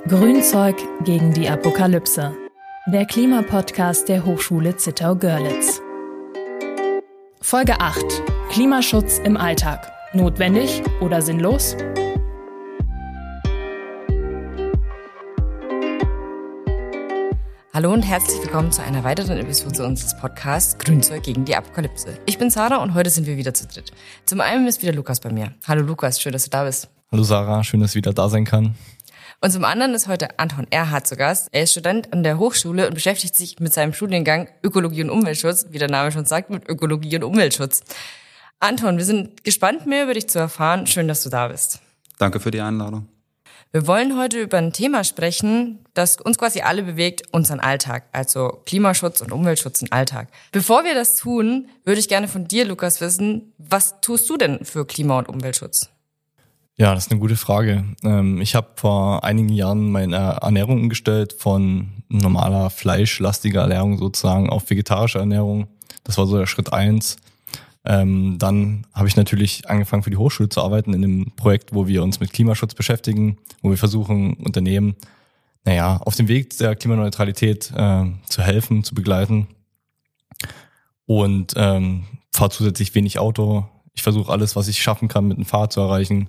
Grünzeug gegen die Apokalypse. Der Klimapodcast der Hochschule Zittau-Görlitz. Folge 8. Klimaschutz im Alltag. Notwendig oder sinnlos? Hallo und herzlich willkommen zu einer weiteren Episode unseres Podcasts Grünzeug gegen die Apokalypse. Ich bin Sarah und heute sind wir wieder zu dritt. Zum einen ist wieder Lukas bei mir. Hallo Lukas, schön, dass du da bist. Hallo Sarah, schön, dass ich wieder da sein kann. Und zum anderen ist heute Anton Erhardt zu Gast. Er ist Student an der Hochschule und beschäftigt sich mit seinem Studiengang Ökologie und Umweltschutz, wie der Name schon sagt, mit Ökologie und Umweltschutz. Anton, wir sind gespannt, mehr über dich zu erfahren. Schön, dass du da bist. Danke für die Einladung. Wir wollen heute über ein Thema sprechen, das uns quasi alle bewegt, unseren Alltag, also Klimaschutz und Umweltschutz im Alltag. Bevor wir das tun, würde ich gerne von dir, Lukas, wissen, was tust du denn für Klima- und Umweltschutz? Ja, das ist eine gute Frage. Ich habe vor einigen Jahren meine Ernährung umgestellt von normaler fleischlastiger Ernährung sozusagen auf vegetarische Ernährung. Das war so der Schritt 1. Dann habe ich natürlich angefangen für die Hochschule zu arbeiten in einem Projekt, wo wir uns mit Klimaschutz beschäftigen, wo wir versuchen, Unternehmen, auf dem Weg der Klimaneutralität zu helfen, zu begleiten. Und fahre zusätzlich wenig Auto. Ich versuche alles, was ich schaffen kann, mit dem Fahrrad zu erreichen.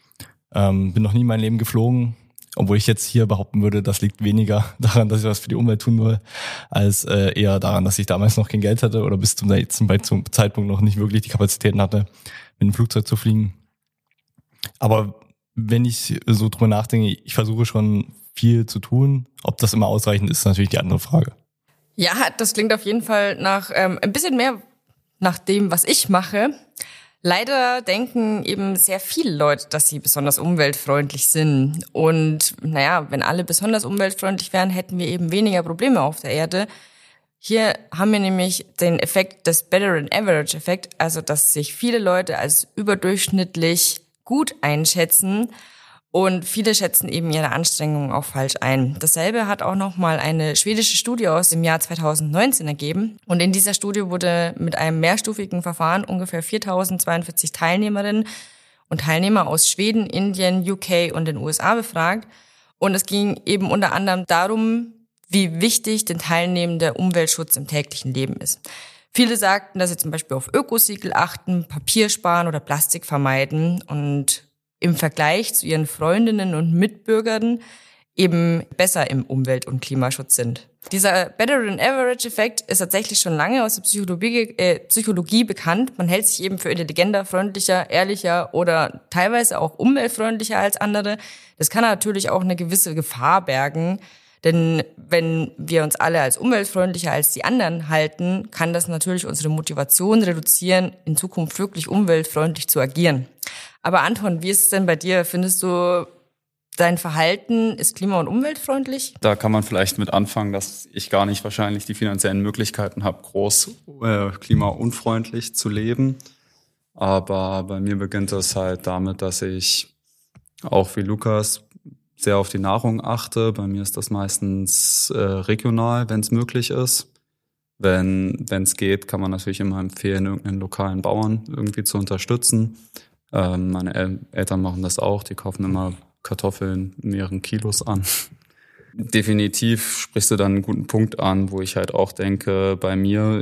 Bin noch nie in meinem Leben geflogen, obwohl ich jetzt hier behaupten würde, das liegt weniger daran, dass ich was für die Umwelt tun will, als eher daran, dass ich damals noch kein Geld hatte oder bis zum Zeitpunkt noch nicht wirklich die Kapazitäten hatte, mit dem Flugzeug zu fliegen. Aber wenn ich so drüber nachdenke, ich versuche schon viel zu tun. Ob das immer ausreichend ist, ist natürlich die andere Frage. Ja, das klingt auf jeden Fall nach ein bisschen mehr nach dem, was ich mache. Leider denken eben sehr viele Leute, dass sie besonders umweltfreundlich sind. Und wenn alle besonders umweltfreundlich wären, hätten wir eben weniger Probleme auf der Erde. Hier haben wir nämlich den Effekt des Better-than-Average-Effekt, also dass sich viele Leute als überdurchschnittlich gut einschätzen und viele schätzen eben ihre Anstrengungen auch falsch ein. Dasselbe hat auch nochmal eine schwedische Studie aus dem Jahr 2019 ergeben. Und in dieser Studie wurde mit einem mehrstufigen Verfahren ungefähr 4.042 Teilnehmerinnen und Teilnehmer aus Schweden, Indien, UK und den USA befragt. Und es ging eben unter anderem darum, wie wichtig den Teilnehmenden der Umweltschutz im täglichen Leben ist. Viele sagten, dass sie zum Beispiel auf Ökosiegel achten, Papier sparen oder Plastik vermeiden und im Vergleich zu ihren Freundinnen und Mitbürgern eben besser im Umwelt- und Klimaschutz sind. Dieser Better-than-Average-Effekt ist tatsächlich schon lange aus der Psychologie bekannt. Man hält sich eben für intelligenter, freundlicher, ehrlicher oder teilweise auch umweltfreundlicher als andere. Das kann natürlich auch eine gewisse Gefahr bergen, denn wenn wir uns alle als umweltfreundlicher als die anderen halten, kann das natürlich unsere Motivation reduzieren, in Zukunft wirklich umweltfreundlich zu agieren. Aber Anton, wie ist es denn bei dir? Findest du, dein Verhalten ist klima- und umweltfreundlich? Da kann man vielleicht mit anfangen, dass ich gar nicht wahrscheinlich die finanziellen Möglichkeiten habe, groß klimaunfreundlich zu leben. Aber bei mir beginnt es halt damit, dass ich auch wie Lukas sehr auf die Nahrung achte. Bei mir ist das meistens regional, wenn es möglich ist. Wenn es geht, kann man natürlich immer empfehlen, irgendeinen lokalen Bauern irgendwie zu unterstützen. Meine Eltern machen das auch, die kaufen immer Kartoffeln in mehreren Kilos an. Definitiv sprichst du dann einen guten Punkt an, wo ich halt auch denke, bei mir,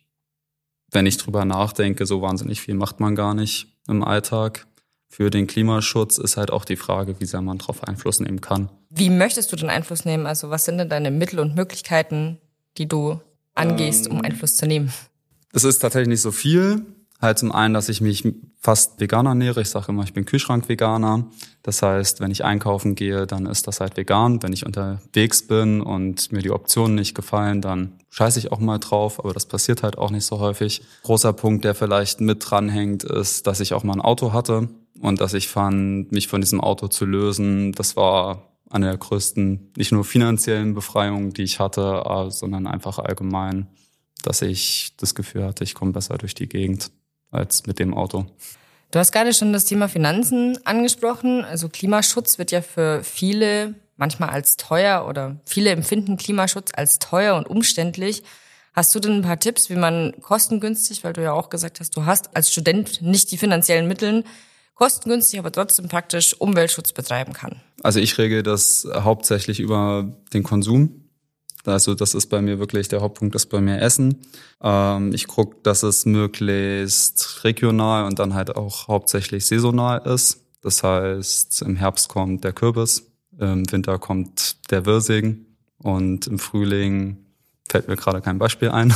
wenn ich drüber nachdenke, so wahnsinnig viel macht man gar nicht im Alltag. Für den Klimaschutz ist halt auch die Frage, wie sehr man darauf Einfluss nehmen kann. Wie möchtest du denn Einfluss nehmen? Also was sind denn deine Mittel und Möglichkeiten, die du angehst, um Einfluss zu nehmen? Es ist tatsächlich nicht so viel. Halt zum einen, dass ich mich fast vegan ernähre. Ich sage immer, ich bin Kühlschrank-Veganer. Das heißt, wenn ich einkaufen gehe, dann ist das halt vegan. Wenn ich unterwegs bin und mir die Optionen nicht gefallen, dann scheiße ich auch mal drauf. Aber das passiert halt auch nicht so häufig. Großer Punkt, der vielleicht mit dranhängt, ist, dass ich auch mal ein Auto hatte und dass ich fand, mich von diesem Auto zu lösen. Das war eine der größten, nicht nur finanziellen Befreiungen, die ich hatte, sondern einfach allgemein, dass ich das Gefühl hatte, ich komme besser durch die Gegend als mit dem Auto. Du hast gerade schon das Thema Finanzen angesprochen. Also Klimaschutz wird ja für viele manchmal als teuer oder viele empfinden Klimaschutz als teuer und umständlich. Hast du denn ein paar Tipps, wie man kostengünstig, weil du ja auch gesagt hast, du hast als Student nicht die finanziellen Mittel, kostengünstig, aber trotzdem praktisch Umweltschutz betreiben kann? Also ich regel das hauptsächlich über den Konsum. Also das ist bei mir wirklich, der Hauptpunkt ist bei mir Essen. Ich gucke, dass es möglichst regional und dann halt auch hauptsächlich saisonal ist. Das heißt, im Herbst kommt der Kürbis, im Winter kommt der Wirsing und im Frühling fällt mir gerade kein Beispiel ein.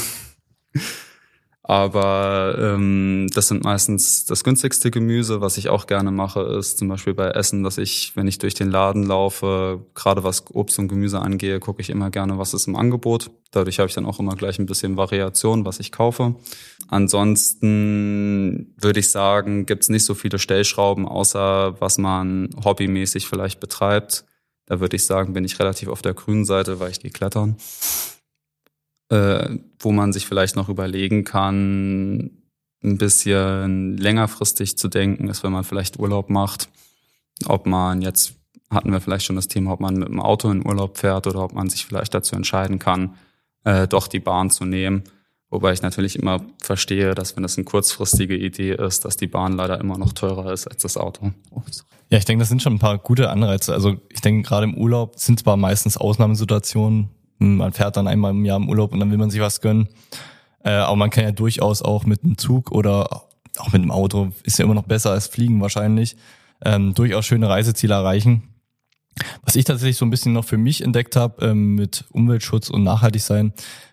Aber das sind meistens das günstigste Gemüse. Was ich auch gerne mache, ist zum Beispiel bei Essen, dass ich, wenn ich durch den Laden laufe, gerade was Obst und Gemüse angehe, gucke ich immer gerne, was ist im Angebot. Dadurch habe ich dann auch immer gleich ein bisschen Variation, was ich kaufe. Ansonsten würde ich sagen, gibt es nicht so viele Stellschrauben, außer was man hobbymäßig vielleicht betreibt. Da würde ich sagen, bin ich relativ auf der grünen Seite, weil ich gehe klettern. Wo man sich vielleicht noch überlegen kann, ein bisschen längerfristig zu denken, ist, wenn man vielleicht Urlaub macht, ob man jetzt, hatten wir vielleicht schon das Thema, ob man mit dem Auto in Urlaub fährt oder ob man sich vielleicht dazu entscheiden kann, doch die Bahn zu nehmen. Wobei ich natürlich immer verstehe, dass wenn das eine kurzfristige Idee ist, dass die Bahn leider immer noch teurer ist als das Auto. Ja, ich denke, das sind schon ein paar gute Anreize. Also ich denke, gerade im Urlaub sind zwar meistens Ausnahmesituationen. Man fährt dann einmal im Jahr im Urlaub und dann will man sich was gönnen. Aber man kann ja durchaus auch mit einem Zug oder auch mit einem Auto, ist ja immer noch besser als Fliegen wahrscheinlich, durchaus schöne Reiseziele erreichen. Was ich tatsächlich so ein bisschen noch für mich entdeckt habe mit Umweltschutz und Nachhaltigsein,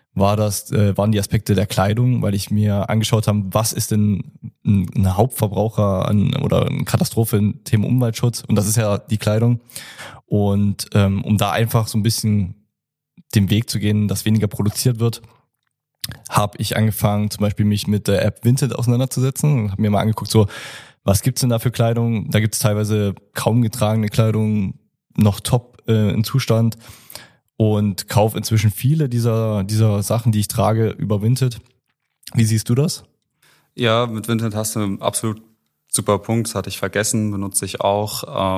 waren die Aspekte der Kleidung, weil ich mir angeschaut habe, was ist denn ein Hauptverbraucher oder eine Katastrophe im Thema Umweltschutz, und das ist ja die Kleidung. Und um da einfach so ein bisschen den Weg zu gehen, dass weniger produziert wird, habe ich angefangen, zum Beispiel mich mit der App Vinted auseinanderzusetzen und habe mir mal angeguckt, so, was gibt's denn da für Kleidung? Da gibt's teilweise kaum getragene Kleidung, noch top im Zustand, und kaufe inzwischen viele dieser Sachen, die ich trage, über Vinted. Wie siehst du das? Ja, mit Vinted hast du einen absolut super Punkt, das hatte ich vergessen, benutze ich auch.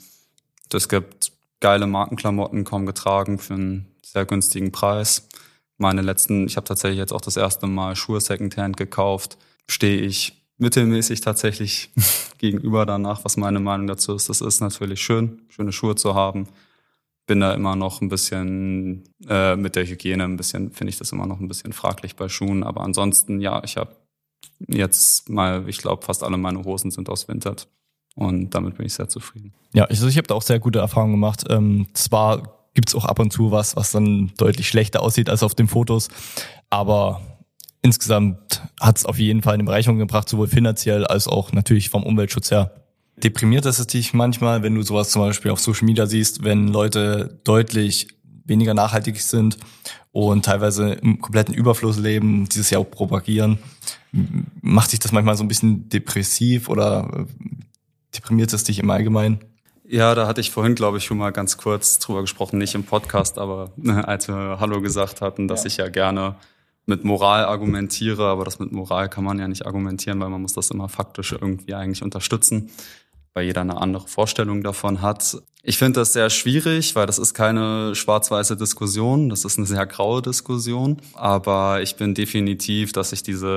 Das gibt geile Markenklamotten, kaum getragen, für einen sehr günstigen Preis. Ich habe tatsächlich jetzt auch das erste Mal Schuhe Secondhand gekauft. Stehe ich mittelmäßig tatsächlich gegenüber danach, was meine Meinung dazu ist. Das ist natürlich schön, schöne Schuhe zu haben. Bin da immer noch ein bisschen mit der Hygiene finde ich das immer noch ein bisschen fraglich bei Schuhen. Aber ansonsten, ja, ich habe jetzt mal, ich glaube, fast alle meine Hosen sind aus Vinted. Und damit bin ich sehr zufrieden. Ja, ich habe da auch sehr gute Erfahrungen gemacht. Zwar gibt's auch ab und zu was dann deutlich schlechter aussieht als auf den Fotos, aber insgesamt hat's auf jeden Fall eine Bereicherung gebracht, sowohl finanziell als auch natürlich vom Umweltschutz her. Deprimiert ist es dich manchmal, wenn du sowas zum Beispiel auf Social Media siehst, wenn Leute deutlich weniger nachhaltig sind und teilweise im kompletten Überfluss leben, dieses Jahr auch propagieren. Macht dich das manchmal so ein bisschen depressiv oder deprimiert es dich im Allgemeinen? Ja, da hatte ich vorhin, glaube ich, schon mal ganz kurz drüber gesprochen, nicht im Podcast, aber als wir Hallo gesagt hatten, dass ich ja gerne mit Moral argumentiere, aber das mit Moral kann man ja nicht argumentieren, weil man muss das immer faktisch irgendwie eigentlich unterstützen, weil jeder eine andere Vorstellung davon hat. Ich finde das sehr schwierig, weil das ist keine schwarz-weiße Diskussion, das ist eine sehr graue Diskussion, aber ich bin definitiv, dass ich ich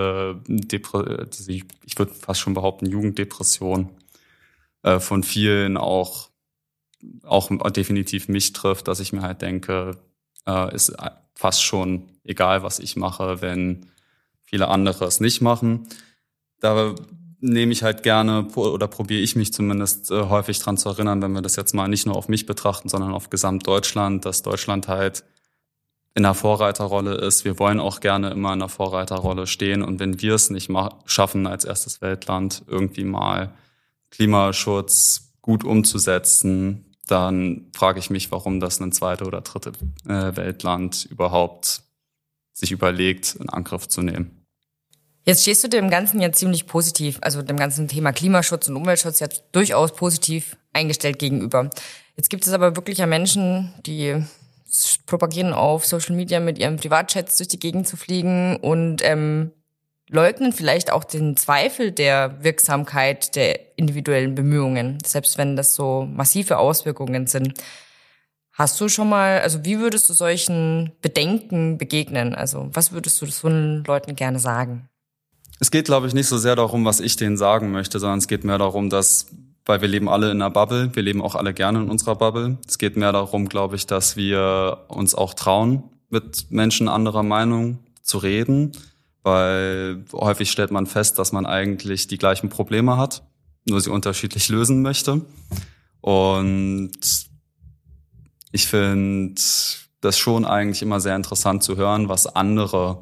würde fast schon behaupten, Jugenddepression von vielen auch definitiv mich trifft, dass ich mir halt denke, ist fast schon egal, was ich mache, wenn viele andere es nicht machen. Da nehme ich halt gerne oder probiere ich mich zumindest häufig dran zu erinnern, wenn wir das jetzt mal nicht nur auf mich betrachten, sondern auf Gesamtdeutschland, dass Deutschland halt in einer Vorreiterrolle ist. Wir wollen auch gerne immer in einer Vorreiterrolle stehen, und wenn wir es nicht schaffen, als erstes Weltland irgendwie mal Klimaschutz gut umzusetzen, dann frage ich mich, warum das ein zweites oder drittes Weltland überhaupt sich überlegt, in Angriff zu nehmen. Jetzt stehst du dem Ganzen ja ziemlich positiv, also dem ganzen Thema Klimaschutz und Umweltschutz jetzt durchaus positiv eingestellt gegenüber. Jetzt gibt es aber wirklich ja Menschen, die propagieren auf Social Media mit ihren Privatjets durch die Gegend zu fliegen und leugnen vielleicht auch den Zweifel der Wirksamkeit der individuellen Bemühungen, selbst wenn das so massive Auswirkungen sind. Hast du schon mal, also wie würdest du solchen Bedenken begegnen? Also was würdest du so Leuten gerne sagen? Es geht, glaube ich, nicht so sehr darum, was ich denen sagen möchte, sondern es geht mehr darum, dass weil wir leben alle in einer Bubble. Wir leben auch alle gerne in unserer Bubble. Es geht mehr darum, glaube ich, dass wir uns auch trauen, mit Menschen anderer Meinung zu reden, weil häufig stellt man fest, dass man eigentlich die gleichen Probleme hat, nur sie unterschiedlich lösen möchte. Und ich finde das schon eigentlich immer sehr interessant zu hören, was andere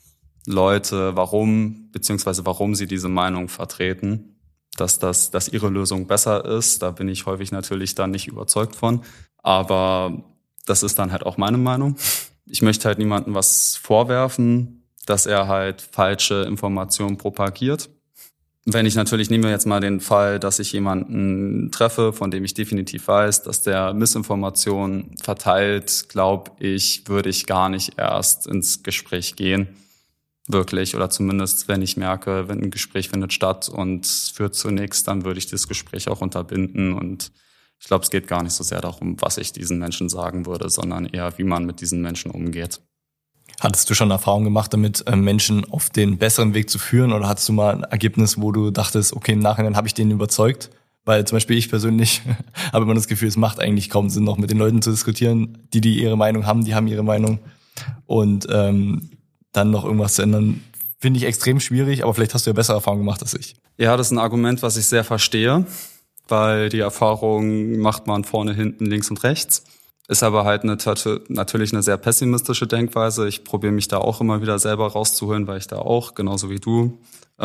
Leute, warum sie diese Meinung vertreten. Dass ihre Lösung besser ist, da bin ich häufig natürlich dann nicht überzeugt von. Aber das ist dann halt auch meine Meinung. Ich möchte halt niemandem was vorwerfen, dass er halt falsche Informationen propagiert. Wenn ich natürlich, nehmen wir jetzt mal den Fall, dass ich jemanden treffe, von dem ich definitiv weiß, dass der Missinformationen verteilt, glaube ich, würde ich gar nicht erst ins Gespräch gehen. Wirklich, oder zumindest, wenn ich merke, wenn ein Gespräch findet statt und es führt zu nichts, dann würde ich das Gespräch auch unterbinden. Und ich glaube, es geht gar nicht so sehr darum, was ich diesen Menschen sagen würde, sondern eher, wie man mit diesen Menschen umgeht. Hattest du schon Erfahrung gemacht damit, Menschen auf den besseren Weg zu führen, oder hattest du mal ein Ergebnis, wo du dachtest, okay, im Nachhinein habe ich den überzeugt? Weil zum Beispiel ich persönlich habe immer das Gefühl, es macht eigentlich kaum Sinn, noch mit den Leuten zu diskutieren, die ihre Meinung haben, die haben ihre Meinung. Und dann noch irgendwas zu ändern, finde ich extrem schwierig, aber vielleicht hast du ja bessere Erfahrungen gemacht als ich. Ja, das ist ein Argument, was ich sehr verstehe, weil die Erfahrung macht man vorne, hinten, links und rechts. Ist aber halt natürlich eine sehr pessimistische Denkweise. Ich probiere mich da auch immer wieder selber rauszuholen, weil ich da auch, genauso wie du,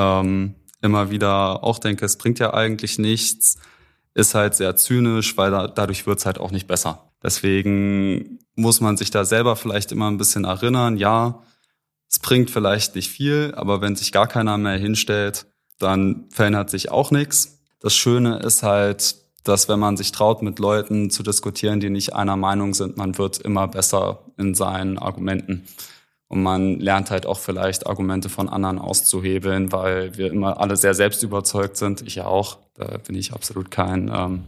immer wieder auch denke, es bringt ja eigentlich nichts. Ist halt sehr zynisch, weil dadurch wird's halt auch nicht besser. Deswegen muss man sich da selber vielleicht immer ein bisschen erinnern, ja, es bringt vielleicht nicht viel, aber wenn sich gar keiner mehr hinstellt, dann verändert sich auch nichts. Das Schöne ist halt, dass wenn man sich traut, mit Leuten zu diskutieren, die nicht einer Meinung sind, man wird immer besser in seinen Argumenten. Und man lernt halt auch vielleicht Argumente von anderen auszuhebeln, weil wir immer alle sehr selbstüberzeugt sind. Ich ja auch, da bin ich absolut keine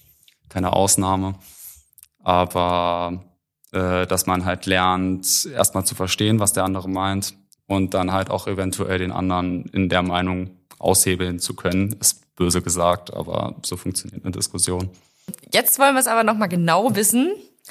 Ausnahme. Aber dass man halt lernt, erstmal zu verstehen, was der andere meint und dann halt auch eventuell den anderen in der Meinung aushebeln zu können. Ist böse gesagt, aber so funktioniert eine Diskussion. Jetzt wollen wir es aber nochmal genau wissen.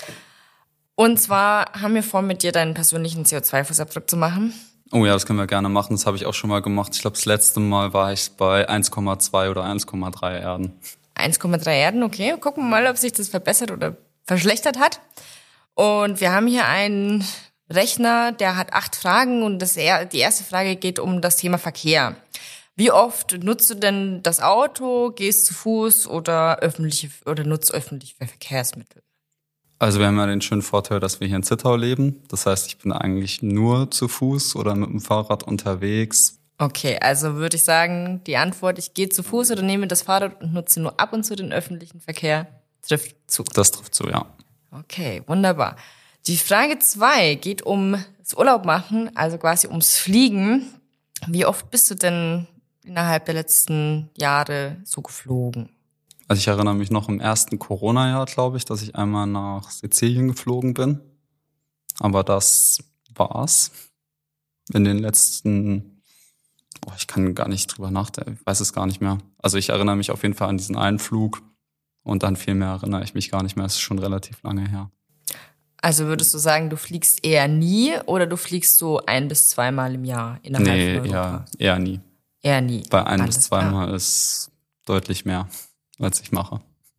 Und zwar haben wir vor, mit dir deinen persönlichen CO2-Fußabdruck zu machen. Oh ja, das können wir gerne machen. Das habe ich auch schon mal gemacht. Ich glaube, das letzte Mal war ich bei 1,2 oder 1,3 Erden. 1,3 Erden, okay. Gucken wir mal, ob sich das verbessert oder verschlechtert hat. Und wir haben hier einen Rechner, der hat 8 Fragen und die erste Frage geht um das Thema Verkehr. Wie oft nutzt du denn das Auto, gehst zu Fuß oder nutzt öffentliche Verkehrsmittel? Also wir haben ja den schönen Vorteil, dass wir hier in Zittau leben. Das heißt, ich bin eigentlich nur zu Fuß oder mit dem Fahrrad unterwegs. Okay, also würde ich sagen, die Antwort, ich gehe zu Fuß oder nehme das Fahrrad und nutze nur ab und zu den öffentlichen Verkehr, trifft zu. Das trifft zu, ja. Okay, wunderbar. Die Frage 2 geht um das Urlaub machen, also quasi ums Fliegen. Wie oft bist du denn innerhalb der letzten Jahre so geflogen? Also ich erinnere mich noch im ersten Corona-Jahr, glaube ich, dass ich einmal nach Sizilien geflogen bin. Aber das war's. In den letzten, ich kann gar nicht drüber nachdenken, ich weiß es gar nicht mehr. Also ich erinnere mich auf jeden Fall an diesen einen Flug. Und dann viel mehr erinnere ich mich gar nicht mehr. Es ist schon relativ lange her. Also würdest du sagen, du fliegst eher nie oder du fliegst so 1 bis 2 Mal im Jahr innerhalb von Europa? Nee, eher nie. Eher nie. Bei 1 bis 2 Mal ist deutlich mehr, als ich mache.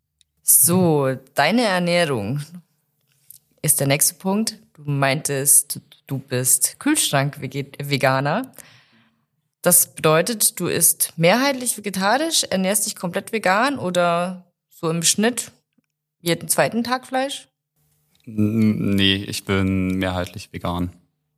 So, deine Ernährung ist der nächste Punkt. Du meintest, du bist Kühlschrank-Veganer. Das bedeutet, du isst mehrheitlich vegetarisch, ernährst dich komplett vegan oder so im Schnitt jeden zweiten Tag Fleisch? Nee, ich bin mehrheitlich vegan.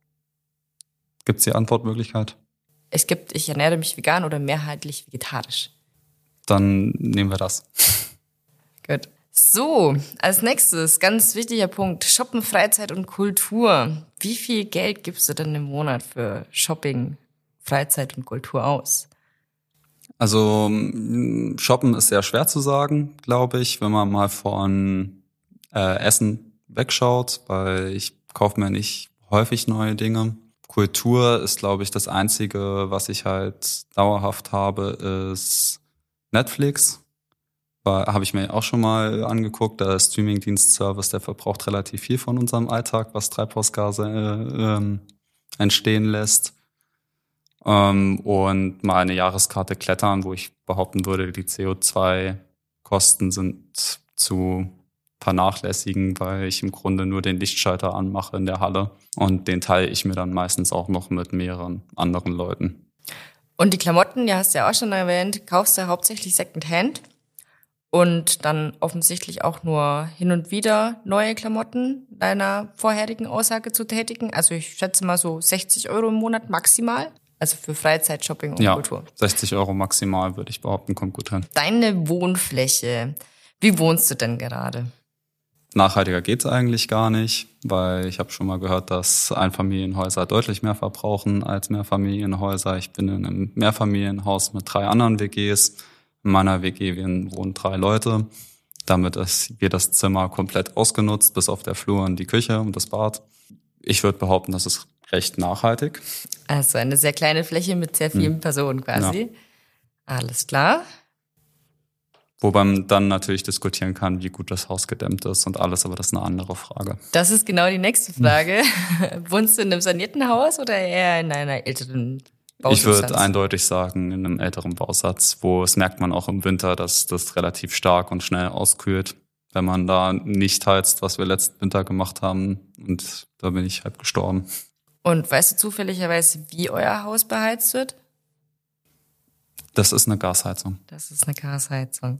Gibt's die Antwortmöglichkeit? Ich ernähre mich vegan oder mehrheitlich vegetarisch. Dann nehmen wir das. Gut. So, als nächstes, ganz wichtiger Punkt, Shoppen, Freizeit und Kultur. Wie viel Geld gibst du denn im Monat für Shopping, Freizeit und Kultur aus? Also Shoppen ist sehr schwer zu sagen, glaube ich, wenn man mal von Essen wegschaut, weil ich kaufe mir nicht häufig neue Dinge. Kultur ist, glaube ich, das Einzige, was ich halt dauerhaft habe, ist Netflix, habe ich mir auch schon mal angeguckt. Der Streaming-Dienst-Service, der verbraucht relativ viel von unserem Alltag, was Treibhausgase entstehen lässt. Und mal eine Jahreskarte klettern, wo ich behaupten würde, die CO2-Kosten sind zu vernachlässigen, weil ich im Grunde nur den Lichtschalter anmache in der Halle und den teile ich mir dann meistens auch noch mit mehreren anderen Leuten. Und die Klamotten, ja, hast du ja auch schon erwähnt, kaufst du hauptsächlich Secondhand und dann offensichtlich auch nur hin und wieder neue Klamotten deiner vorherigen Aussage zu tätigen. Also ich schätze mal so 60 € im Monat maximal. Also für Freizeit, Shopping und Kultur. 60 € maximal, würde ich behaupten, kommt gut hin. Deine Wohnfläche, wie wohnst du denn gerade? Nachhaltiger geht's eigentlich gar nicht, weil ich habe schon mal gehört, dass Einfamilienhäuser deutlich mehr verbrauchen als Mehrfamilienhäuser. Ich bin in einem Mehrfamilienhaus mit 3 anderen WGs. In meiner WG wohnen 3 Leute. Damit ist jedes Zimmer komplett ausgenutzt, bis auf der Flur und die Küche und das Bad. Ich würde behaupten, das ist recht nachhaltig. Also eine sehr kleine Fläche mit sehr vielen Personen quasi. Ja. Alles klar. Wobei man dann natürlich diskutieren kann, wie gut das Haus gedämmt ist und alles, aber das ist eine andere Frage. Das ist genau die nächste Frage. Wohnst du in einem sanierten Haus oder eher in einer älteren Bausatz? Ich würde eindeutig sagen, in einem älteren Bausatz, wo es merkt man auch im Winter, dass das relativ stark und schnell auskühlt, wenn man da nicht heizt, was wir letzten Winter gemacht haben. Und da bin ich halb gestorben. Und weißt du zufälligerweise, wie euer Haus beheizt wird? Das ist eine Gasheizung. Das ist eine Gasheizung.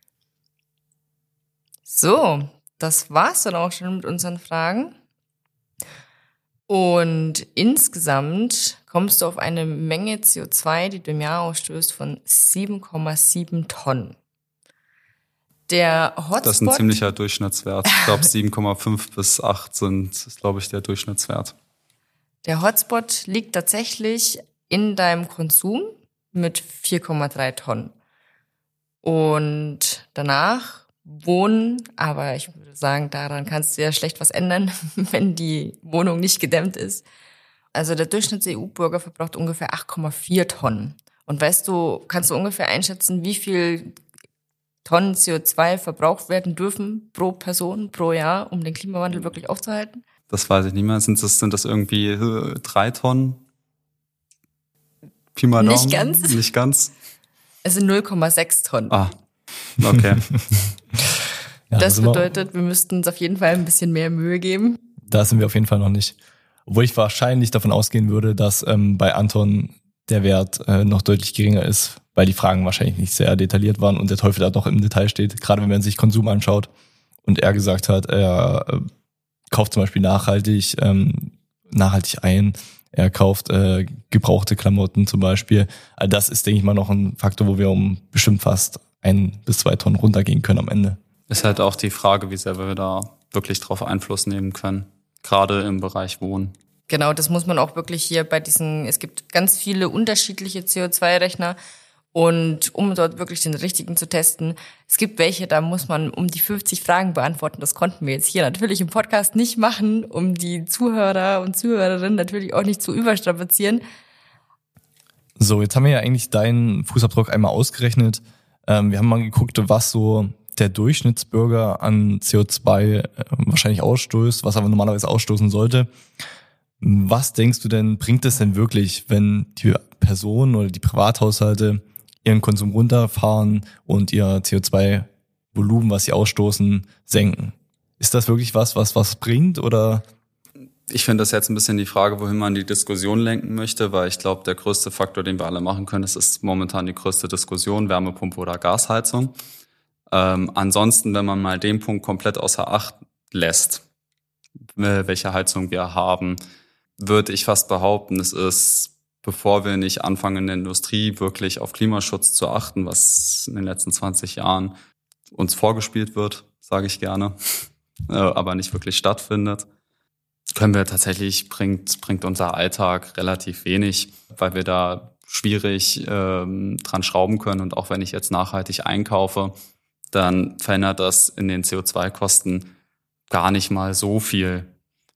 So, das war's dann auch schon mit unseren Fragen. Und insgesamt kommst du auf eine Menge CO2, die du im Jahr ausstößt, von 7,7 Tonnen. Der Hotspot... Das ist ein ziemlicher Durchschnittswert. Ich glaube, 7,5 bis 8 ist, glaube ich, der Durchschnittswert. Der Hotspot liegt tatsächlich in deinem Konsum mit 4,3 Tonnen. Und danach wohnen, aber ich würde sagen, daran kannst du ja schlecht was ändern, wenn die Wohnung nicht gedämmt ist. Also der Durchschnitts-EU-Bürger verbraucht ungefähr 8,4 Tonnen. Und kannst du ungefähr einschätzen, wie viel Tonnen CO2 verbraucht werden dürfen pro Person, pro Jahr, um den Klimawandel wirklich aufzuhalten? Das weiß ich nicht mehr. Sind das irgendwie 3 Tonnen? Pi mal Daumen? Nicht ganz. Nicht ganz? Es sind 0,6 Tonnen. Ah, okay. Ja, das bedeutet, wir müssten uns auf jeden Fall ein bisschen mehr Mühe geben. Da sind wir auf jeden Fall noch nicht. Obwohl ich wahrscheinlich davon ausgehen würde, dass bei Anton der Wert noch deutlich geringer ist, weil die Fragen wahrscheinlich nicht sehr detailliert waren und der Teufel da doch im Detail steht. Gerade wenn man sich Konsum anschaut und er gesagt hat, er kauft zum Beispiel nachhaltig ein, er kauft gebrauchte Klamotten zum Beispiel. Also das ist, denke ich mal, noch ein Faktor, wo wir um bestimmt fast 1 bis 2 Tonnen runtergehen können am Ende. Ist halt auch die Frage, wie sehr wir da wirklich drauf Einfluss nehmen können, gerade im Bereich Wohnen. Genau, das muss man auch wirklich hier es gibt ganz viele unterschiedliche CO2-Rechner und um dort wirklich den richtigen zu testen, es gibt welche, da muss man um die 50 Fragen beantworten. Das konnten wir jetzt hier natürlich im Podcast nicht machen, um die Zuhörer und Zuhörerinnen natürlich auch nicht zu überstrapazieren. So, jetzt haben wir ja eigentlich deinen Fußabdruck einmal ausgerechnet. Wir haben mal geguckt, was so der Durchschnittsbürger an CO2 wahrscheinlich ausstößt, was aber normalerweise ausstoßen sollte. Was denkst du denn, bringt es denn wirklich, wenn die Personen oder die Privathaushalte ihren Konsum runterfahren und ihr CO2-Volumen, was sie ausstoßen, senken? Ist das wirklich was bringt oder? Ich finde das jetzt ein bisschen die Frage, wohin man die Diskussion lenken möchte, weil ich glaube, der größte Faktor, den wir alle machen können, das ist momentan die größte Diskussion, Wärmepumpe oder Gasheizung. Ansonsten, wenn man mal den Punkt komplett außer Acht lässt, welche Heizung wir haben, würde ich fast behaupten, es ist, bevor wir nicht anfangen in der Industrie wirklich auf Klimaschutz zu achten, was in den letzten 20 Jahren uns vorgespielt wird, sage ich gerne, aber nicht wirklich stattfindet, können wir tatsächlich, bringt unser Alltag relativ wenig, weil wir da schwierig dran schrauben können. Und auch wenn ich jetzt nachhaltig einkaufe, dann verändert das in den CO2-Kosten gar nicht mal so viel.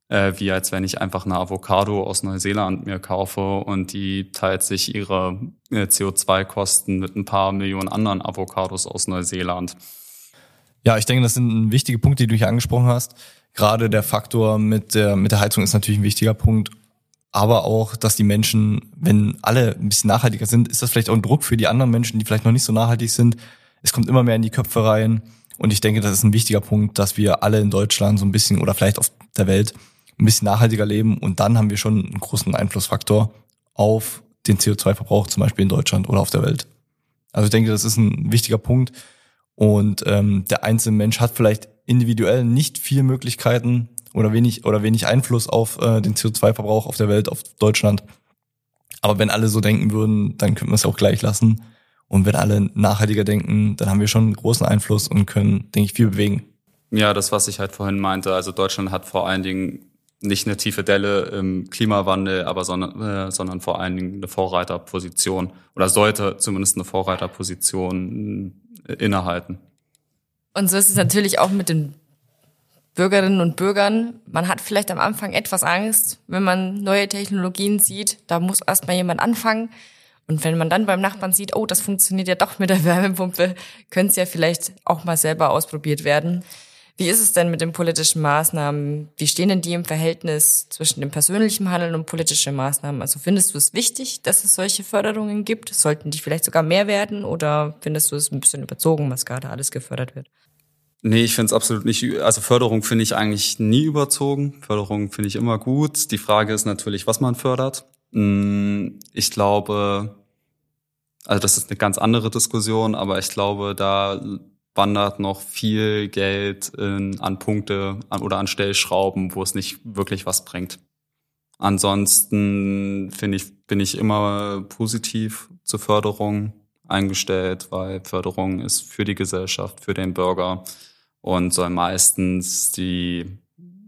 wie als wenn ich einfach eine Avocado aus Neuseeland mir kaufe und die teilt sich ihre CO2-Kosten mit ein paar Millionen anderen Avocados aus Neuseeland. Ja, ich denke, das sind wichtige Punkte, die du hier angesprochen hast. Gerade der Faktor mit der Heizung ist natürlich ein wichtiger Punkt. Aber auch, dass die Menschen, wenn alle ein bisschen nachhaltiger sind, ist das vielleicht auch ein Druck für die anderen Menschen, die vielleicht noch nicht so nachhaltig sind. Es kommt immer mehr in die Köpfe rein. Und ich denke, das ist ein wichtiger Punkt, dass wir alle in Deutschland so ein bisschen oder vielleicht auf der Welt ein bisschen nachhaltiger leben. Und dann haben wir schon einen großen Einflussfaktor auf den CO2-Verbrauch, zum Beispiel in Deutschland oder auf der Welt. Also ich denke, das ist ein wichtiger Punkt. Und der einzelne Mensch hat vielleicht individuell nicht viele Möglichkeiten oder wenig Einfluss auf den CO2-Verbrauch auf der Welt, auf Deutschland. Aber wenn alle so denken würden, dann könnten wir es auch gleich lassen. Und wenn alle nachhaltiger denken, dann haben wir schon einen großen Einfluss und können, denke ich, viel bewegen. Ja, das, was ich halt vorhin meinte. Also Deutschland hat vor allen Dingen nicht eine tiefe Delle im Klimawandel, aber sondern vor allen Dingen eine Vorreiterposition oder sollte zumindest eine Vorreiterposition innehalten. Und so ist es natürlich auch mit den Bürgerinnen und Bürgern. Man hat vielleicht am Anfang etwas Angst, wenn man neue Technologien sieht. Da muss erst mal jemand anfangen. Und wenn man dann beim Nachbarn sieht, oh, das funktioniert ja doch mit der Wärmepumpe, könnte es ja vielleicht auch mal selber ausprobiert werden. Wie ist es denn mit den politischen Maßnahmen? Wie stehen denn die im Verhältnis zwischen dem persönlichen Handeln und politischen Maßnahmen? Also findest du es wichtig, dass es solche Förderungen gibt? Sollten die vielleicht sogar mehr werden? Oder findest du es ein bisschen überzogen, was gerade alles gefördert wird? Nee, ich finde es absolut nicht. Also Förderung finde ich eigentlich nie überzogen. Förderung finde ich immer gut. Die Frage ist natürlich, was man fördert. Ich glaube, also das ist eine ganz andere Diskussion, aber ich glaube, da wandert noch viel Geld an Punkte oder an Stellschrauben, wo es nicht wirklich was bringt. Ansonsten bin ich immer positiv zur Förderung eingestellt, weil Förderung ist für die Gesellschaft, für den Bürger und soll meistens den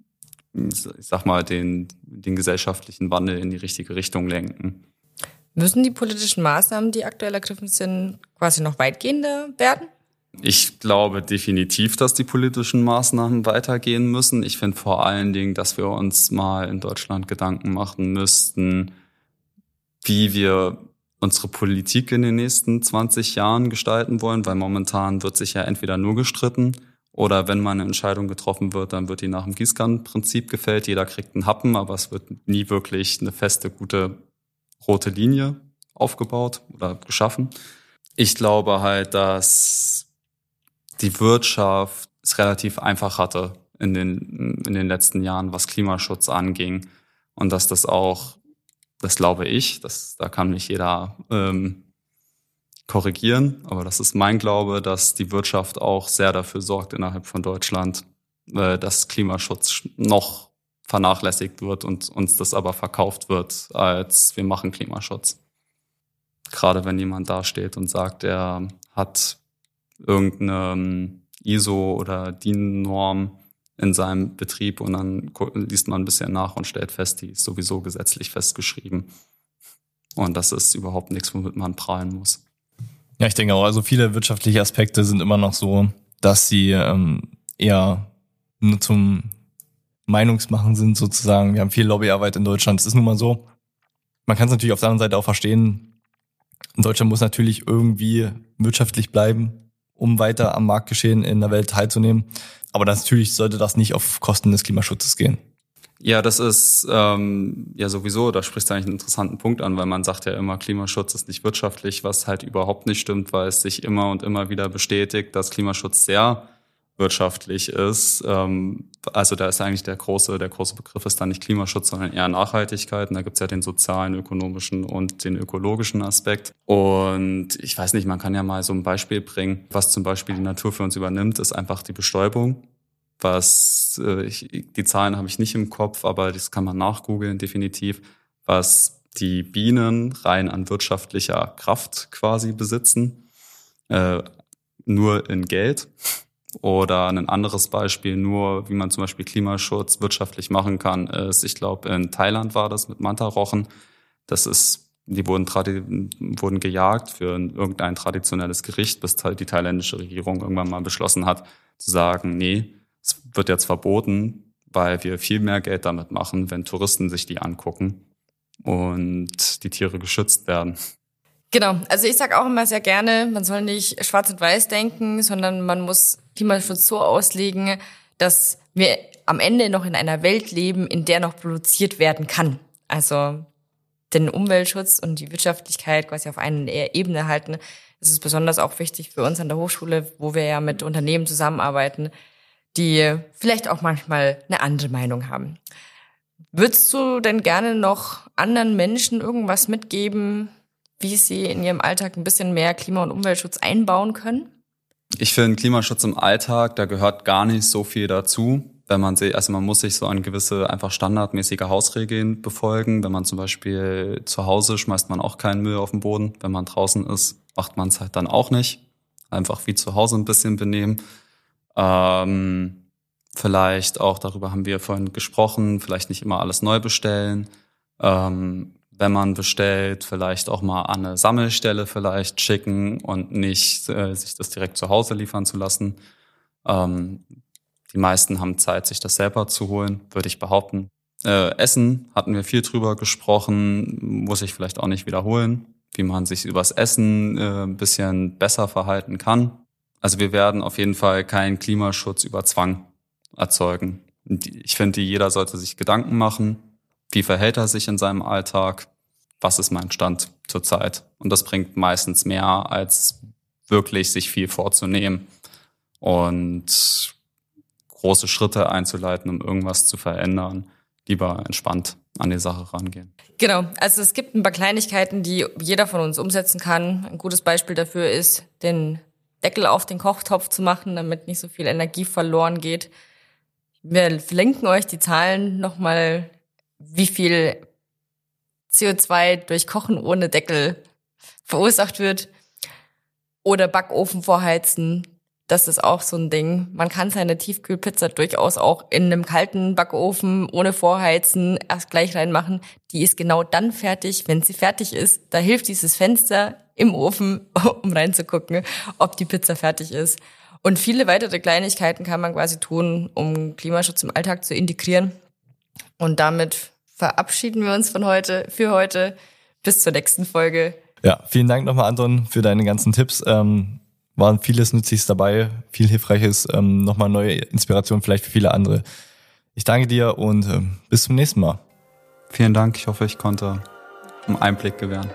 gesellschaftlichen Wandel in die richtige Richtung lenken. Müssen die politischen Maßnahmen, die aktuell ergriffen sind, quasi noch weitgehender werden? Ich glaube definitiv, dass die politischen Maßnahmen weitergehen müssen. Ich finde vor allen Dingen, dass wir uns mal in Deutschland Gedanken machen müssten, wie wir unsere Politik in den nächsten 20 Jahren gestalten wollen, weil momentan wird sich ja entweder nur gestritten oder wenn mal eine Entscheidung getroffen wird, dann wird die nach dem Gießkannenprinzip gefällt. Jeder kriegt einen Happen, aber es wird nie wirklich eine feste, gute rote Linie aufgebaut oder geschaffen. Ich glaube halt, dass die Wirtschaft es relativ einfach hatte in den letzten Jahren, was Klimaschutz anging. Und dass das auch, das glaube ich, da kann mich jeder korrigieren, aber das ist mein Glaube, dass die Wirtschaft auch sehr dafür sorgt innerhalb von Deutschland, dass Klimaschutz noch vernachlässigt wird und uns das aber verkauft wird, als wir machen Klimaschutz. Gerade wenn jemand dasteht und sagt, er hat irgendeine ISO oder DIN-Norm in seinem Betrieb und dann liest man ein bisschen nach und stellt fest, die ist sowieso gesetzlich festgeschrieben. Und das ist überhaupt nichts, womit man prahlen muss. Ja, ich denke auch, also viele wirtschaftliche Aspekte sind immer noch so, dass sie eher nur zum Meinungsmachen sind sozusagen. Wir haben viel Lobbyarbeit in Deutschland, das ist nun mal so. Man kann es natürlich auf der anderen Seite auch verstehen. Deutschland muss natürlich irgendwie wirtschaftlich bleiben, um weiter am Marktgeschehen in der Welt teilzunehmen. Aber natürlich sollte das nicht auf Kosten des Klimaschutzes gehen. Ja, das ist ja sowieso, da sprichst du eigentlich einen interessanten Punkt an, weil man sagt ja immer, Klimaschutz ist nicht wirtschaftlich, was halt überhaupt nicht stimmt, weil es sich immer und immer wieder bestätigt, dass Klimaschutz sehr wirtschaftlich ist. Also da ist eigentlich der große Begriff ist dann nicht Klimaschutz, sondern eher Nachhaltigkeit. Und da gibt's ja den sozialen, ökonomischen und den ökologischen Aspekt. Und ich weiß nicht, man kann ja mal so ein Beispiel bringen, was zum Beispiel die Natur für uns übernimmt, ist einfach die Bestäubung. Die Zahlen habe ich nicht im Kopf, aber das kann man nachgoogeln definitiv, was die Bienen rein an wirtschaftlicher Kraft quasi besitzen, nur in Geld. Oder ein anderes Beispiel, nur wie man zum Beispiel Klimaschutz wirtschaftlich machen kann, ist, ich glaube, in Thailand war das mit Mantarochen. Die wurden gejagt für irgendein traditionelles Gericht, bis die thailändische Regierung irgendwann mal beschlossen hat, zu sagen, nee, es wird jetzt verboten, weil wir viel mehr Geld damit machen, wenn Touristen sich die angucken und die Tiere geschützt werden. Genau, also ich sage auch immer sehr gerne, man soll nicht schwarz und weiß denken, sondern man muss Klimaschutz so auslegen, dass wir am Ende noch in einer Welt leben, in der noch produziert werden kann. Also den Umweltschutz und die Wirtschaftlichkeit quasi auf eine Ebene halten. Das ist besonders auch wichtig für uns an der Hochschule, wo wir ja mit Unternehmen zusammenarbeiten, die vielleicht auch manchmal eine andere Meinung haben. Würdest du denn gerne noch anderen Menschen irgendwas mitgeben, wie sie in ihrem Alltag ein bisschen mehr Klima- und Umweltschutz einbauen können? Ich finde Klimaschutz im Alltag, da gehört gar nicht so viel dazu. Wenn man man muss sich so an gewisse einfach standardmäßige Hausregeln befolgen. Wenn man zum Beispiel zu Hause schmeißt man auch keinen Müll auf den Boden. Wenn man draußen ist, macht man es halt dann auch nicht. Einfach wie zu Hause ein bisschen benehmen. Vielleicht auch, darüber haben wir vorhin gesprochen, vielleicht nicht immer alles neu bestellen. Wenn man bestellt, vielleicht auch mal an eine Sammelstelle vielleicht schicken und nicht sich das direkt zu Hause liefern zu lassen. Die meisten haben Zeit, sich das selber zu holen, würde ich behaupten. Essen hatten wir viel drüber gesprochen, muss ich vielleicht auch nicht wiederholen, wie man sich übers Essen ein bisschen besser verhalten kann. Also wir werden auf jeden Fall keinen Klimaschutz über Zwang erzeugen. Ich finde, jeder sollte sich Gedanken machen, wie verhält er sich in seinem Alltag, was ist mein Stand zurzeit. Und das bringt meistens mehr, als wirklich sich viel vorzunehmen und große Schritte einzuleiten, um irgendwas zu verändern. Lieber entspannt an die Sache rangehen. Genau, also es gibt ein paar Kleinigkeiten, die jeder von uns umsetzen kann. Ein gutes Beispiel dafür ist, den Deckel auf den Kochtopf zu machen, damit nicht so viel Energie verloren geht. Wir verlinken euch die Zahlen nochmal, wie viel CO2 durch Kochen ohne Deckel verursacht wird. Oder Backofen vorheizen. Das ist auch so ein Ding. Man kann seine Tiefkühlpizza durchaus auch in einem kalten Backofen ohne Vorheizen erst gleich reinmachen. Die ist genau dann fertig, wenn sie fertig ist. Da hilft dieses Fenster im Ofen, um reinzugucken, ob die Pizza fertig ist. Und viele weitere Kleinigkeiten kann man quasi tun, um Klimaschutz im Alltag zu integrieren. Und damit verabschieden wir uns für heute. Bis zur nächsten Folge. Ja, vielen Dank nochmal, Anton, für deine ganzen Tipps. Waren vieles Nützliches dabei, viel Hilfreiches, nochmal neue Inspiration vielleicht für viele andere. Ich danke dir und bis zum nächsten Mal. Vielen Dank, ich hoffe, ich konnte einen Einblick gewähren.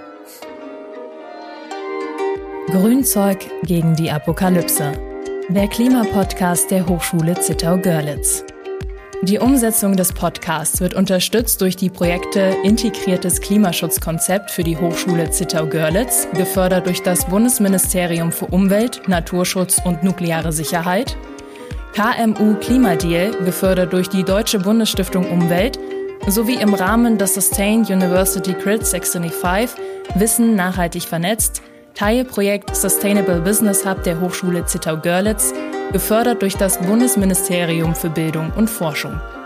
Grünzeug gegen die Apokalypse. Der Klimapodcast der Hochschule Zittau-Görlitz. Die Umsetzung des Podcasts wird unterstützt durch die Projekte Integriertes Klimaschutzkonzept für die Hochschule Zittau-Görlitz, gefördert durch das Bundesministerium für Umwelt, Naturschutz und nukleare Sicherheit, KMU Klimadeal, gefördert durch die Deutsche Bundesstiftung Umwelt, sowie im Rahmen des Sustain University Grid 625 Wissen nachhaltig vernetzt, Teilprojekt Sustainable Business Hub der Hochschule Zittau-Görlitz, gefördert durch das Bundesministerium für Bildung und Forschung.